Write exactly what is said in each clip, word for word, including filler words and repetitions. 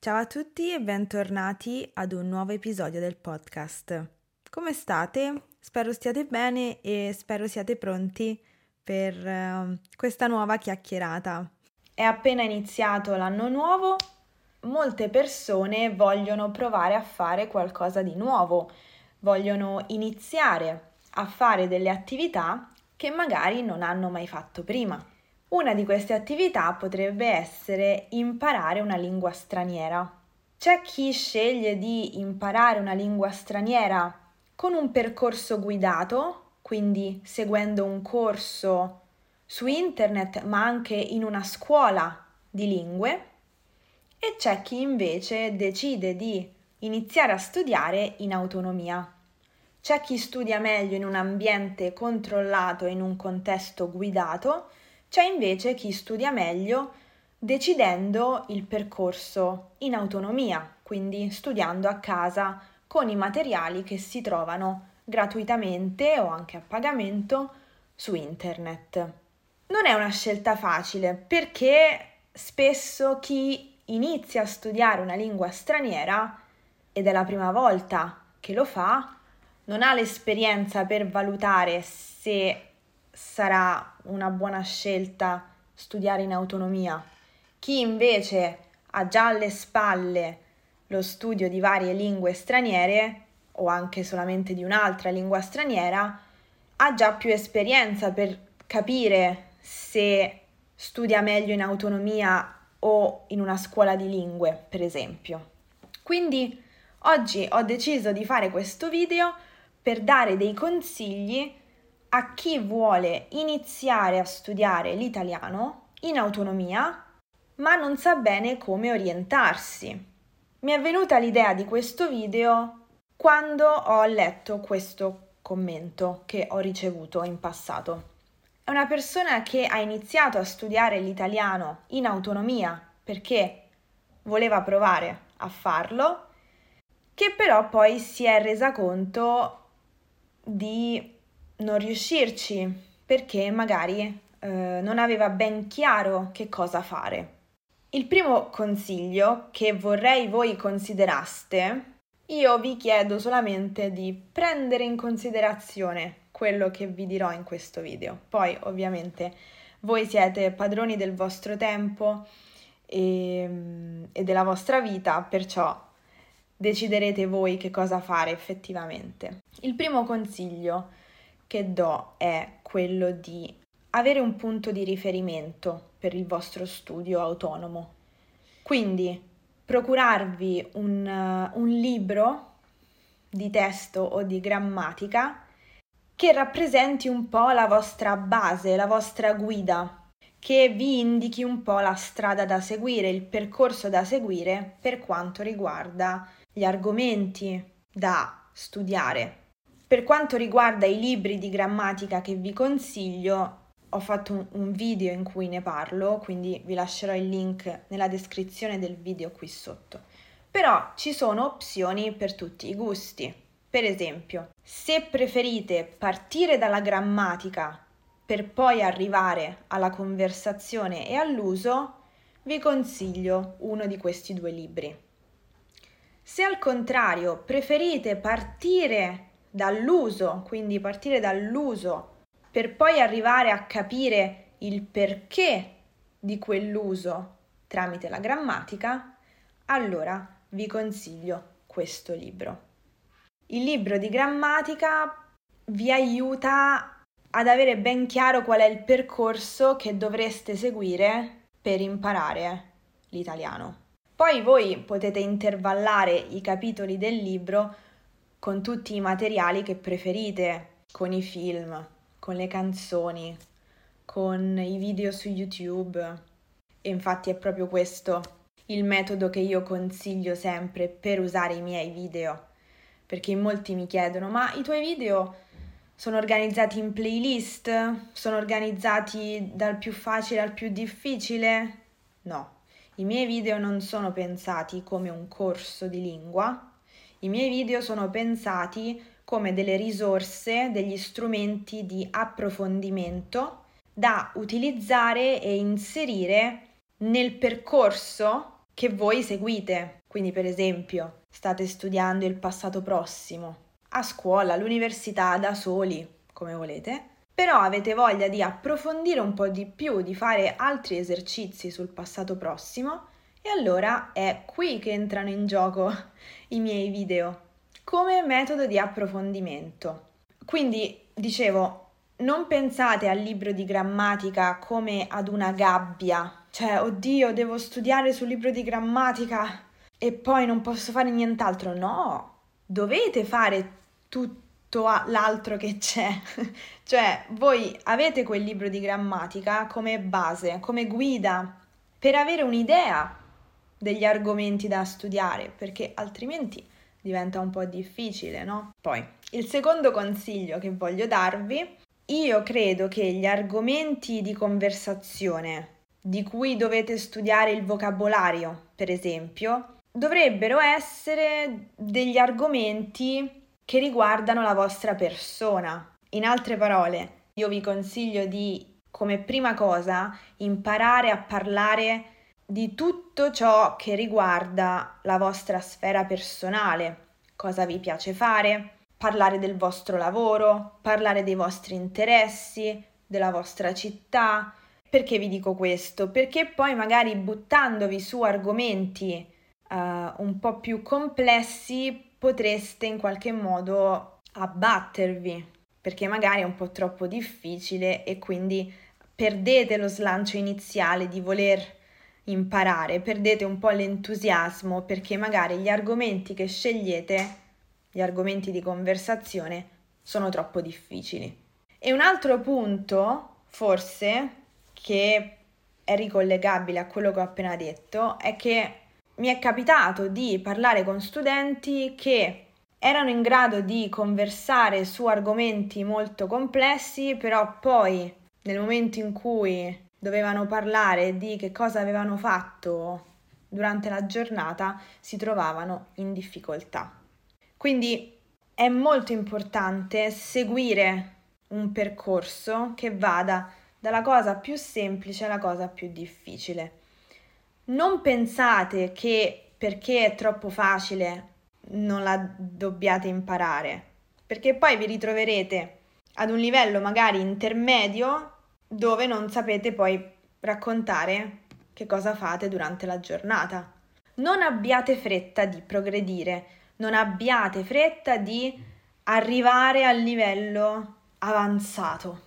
Ciao a tutti e bentornati ad un nuovo episodio del podcast. Come state? Spero stiate bene e spero siate pronti per uh, questa nuova chiacchierata. È appena iniziato l'anno nuovo, molte persone vogliono provare a fare qualcosa di nuovo, vogliono iniziare a fare delle attività che magari non hanno mai fatto prima. Una di queste attività potrebbe essere imparare una lingua straniera. C'è chi sceglie di imparare una lingua straniera con un percorso guidato, quindi seguendo un corso su internet, ma anche in una scuola di lingue, e c'è chi invece decide di iniziare a studiare in autonomia. C'è chi studia meglio in un ambiente controllato e in un contesto guidato, c'è invece chi studia meglio decidendo il percorso in autonomia, quindi studiando a casa con i materiali che si trovano gratuitamente o anche a pagamento su internet. Non è una scelta facile perché spesso chi inizia a studiare una lingua straniera ed è la prima volta che lo fa, non ha l'esperienza per valutare se sarà una buona scelta studiare in autonomia. Chi invece ha già alle spalle lo studio di varie lingue straniere o anche solamente di un'altra lingua straniera, ha già più esperienza per capire se studia meglio in autonomia o in una scuola di lingue, per esempio. Quindi oggi ho deciso di fare questo video per dare dei consigli a chi vuole iniziare a studiare l'italiano in autonomia, ma non sa bene come orientarsi. Mi è venuta l'idea di questo video quando ho letto questo commento che ho ricevuto in passato. È una persona che ha iniziato a studiare l'italiano in autonomia perché voleva provare a farlo, che però poi si è resa conto di non riuscirci perché magari eh, non aveva ben chiaro che cosa fare. Il primo consiglio che vorrei voi consideraste, io vi chiedo solamente di prendere in considerazione quello che vi dirò in questo video. Poi ovviamente voi siete padroni del vostro tempo e, e della vostra vita, perciò deciderete voi che cosa fare effettivamente. Il primo consiglio che do è quello di avere un punto di riferimento per il vostro studio autonomo. Quindi procurarvi un, uh, un libro di testo o di grammatica che rappresenti un po' la vostra base, la vostra guida, che vi indichi un po' la strada da seguire, il percorso da seguire per quanto riguarda gli argomenti da studiare. Per quanto riguarda i libri di grammatica che vi consiglio, ho fatto un, un video in cui ne parlo, quindi vi lascerò il link nella descrizione del video qui sotto. Però ci sono opzioni per tutti i gusti. Per esempio, se preferite partire dalla grammatica per poi arrivare alla conversazione e all'uso, vi consiglio uno di questi due libri. Se al contrario preferite partire dall'uso, quindi partire dall'uso per poi arrivare a capire il perché di quell'uso tramite la grammatica, allora vi consiglio questo libro. Il libro di grammatica vi aiuta ad avere ben chiaro qual è il percorso che dovreste seguire per imparare l'italiano. Poi voi potete intervallare i capitoli del libro con tutti i materiali che preferite, con i film, con le canzoni, con i video su YouTube. E infatti è proprio questo il metodo che io consiglio sempre per usare i miei video, perché in molti mi chiedono: ma i tuoi video sono organizzati in playlist? Sono organizzati dal più facile al più difficile? No, i miei video non sono pensati come un corso di lingua, i miei video sono pensati come delle risorse, degli strumenti di approfondimento da utilizzare e inserire nel percorso che voi seguite. Quindi per esempio state studiando il passato prossimo, a scuola, all'università, da soli, come volete, però avete voglia di approfondire un po' di più, di fare altri esercizi sul passato prossimo, e allora è qui che entrano in gioco i miei video come metodo di approfondimento. Quindi, dicevo, non pensate al libro di grammatica come ad una gabbia, cioè, oddio, devo studiare sul libro di grammatica e poi non posso fare nient'altro. No, dovete fare tutto l'altro che c'è. Cioè, voi avete quel libro di grammatica come base, come guida, per avere un'idea degli argomenti da studiare, perché altrimenti diventa un po' difficile, no? Poi, il secondo consiglio che voglio darvi, io credo che gli argomenti di conversazione di cui dovete studiare il vocabolario, per esempio, dovrebbero essere degli argomenti che riguardano la vostra persona. In altre parole, io vi consiglio di, come prima cosa, imparare a parlare di tutto ciò che riguarda la vostra sfera personale, cosa vi piace fare, parlare del vostro lavoro, parlare dei vostri interessi, della vostra città. Perché vi dico questo? Perché poi magari buttandovi su argomenti uh, un po' più complessi potreste in qualche modo abbattervi, perché magari è un po' troppo difficile e quindi perdete lo slancio iniziale di voler imparare, perdete un po' l'entusiasmo perché magari gli argomenti che scegliete, gli argomenti di conversazione, sono troppo difficili. E un altro punto, forse, che è ricollegabile a quello che ho appena detto, è che mi è capitato di parlare con studenti che erano in grado di conversare su argomenti molto complessi, però poi nel momento in cui dovevano parlare di che cosa avevano fatto durante la giornata si trovavano in difficoltà. Quindi è molto importante seguire un percorso che vada dalla cosa più semplice alla cosa più difficile. Non pensate che perché è troppo facile non la dobbiate imparare, perché poi vi ritroverete ad un livello magari intermedio dove non sapete poi raccontare che cosa fate durante la giornata. Non abbiate fretta di progredire, non abbiate fretta di arrivare al livello avanzato,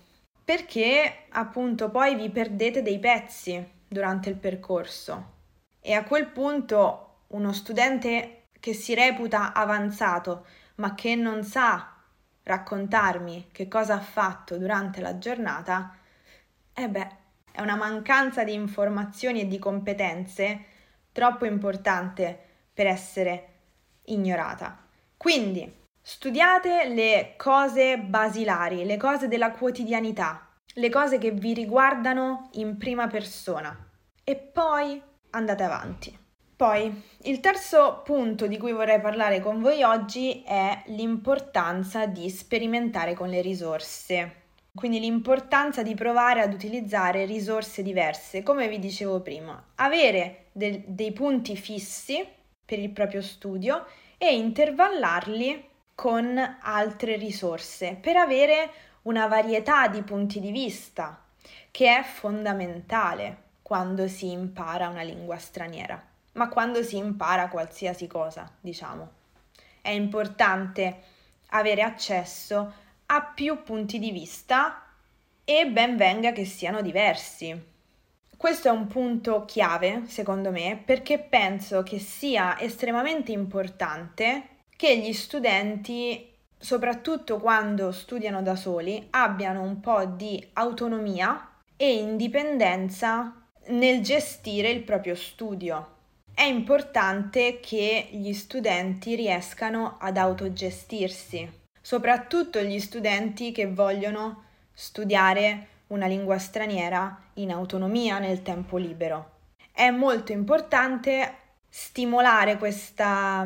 perché appunto poi vi perdete dei pezzi durante il percorso e a quel punto uno studente che si reputa avanzato ma che non sa raccontarmi che cosa ha fatto durante la giornata, eh beh, è una mancanza di informazioni e di competenze troppo importante per essere ignorata. Quindi studiate le cose basilari, le cose della quotidianità, le cose che vi riguardano in prima persona e poi andate avanti. Poi, il terzo punto di cui vorrei parlare con voi oggi è l'importanza di sperimentare con le risorse. Quindi l'importanza di provare ad utilizzare risorse diverse, come vi dicevo prima, avere de- dei punti fissi per il proprio studio e intervallarli con altre risorse per avere una varietà di punti di vista che è fondamentale quando si impara una lingua straniera, ma quando si impara qualsiasi cosa, diciamo. È importante avere accesso a più punti di vista e ben venga che siano diversi. Questo è un punto chiave, secondo me, perché penso che sia estremamente importante che gli studenti, soprattutto quando studiano da soli, abbiano un po' di autonomia e indipendenza nel gestire il proprio studio. È importante che gli studenti riescano ad autogestirsi, soprattutto gli studenti che vogliono studiare una lingua straniera in autonomia nel tempo libero. È molto importante stimolare questa,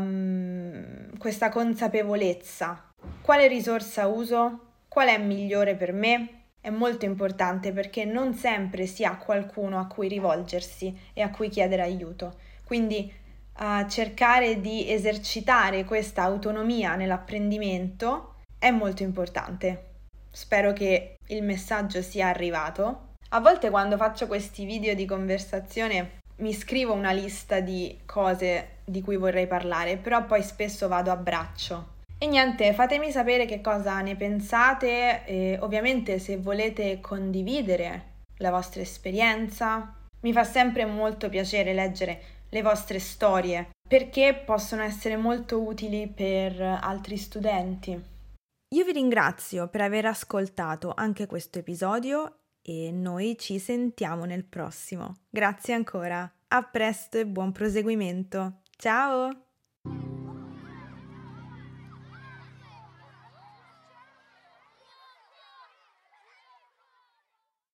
um, questa consapevolezza. Quale risorsa uso? Qual è migliore per me? È molto importante perché non sempre si ha qualcuno a cui rivolgersi e a cui chiedere aiuto. Quindi a cercare di esercitare questa autonomia nell'apprendimento è molto importante. Spero che il messaggio sia arrivato. A volte quando faccio questi video di conversazione mi scrivo una lista di cose di cui vorrei parlare, però poi spesso vado a braccio. E niente, fatemi sapere che cosa ne pensate e ovviamente se volete condividere la vostra esperienza. Mi fa sempre molto piacere leggere le vostre storie perché possono essere molto utili per altri studenti. Io vi ringrazio per aver ascoltato anche questo episodio e noi ci sentiamo nel prossimo. Grazie ancora, a presto e buon proseguimento. Ciao!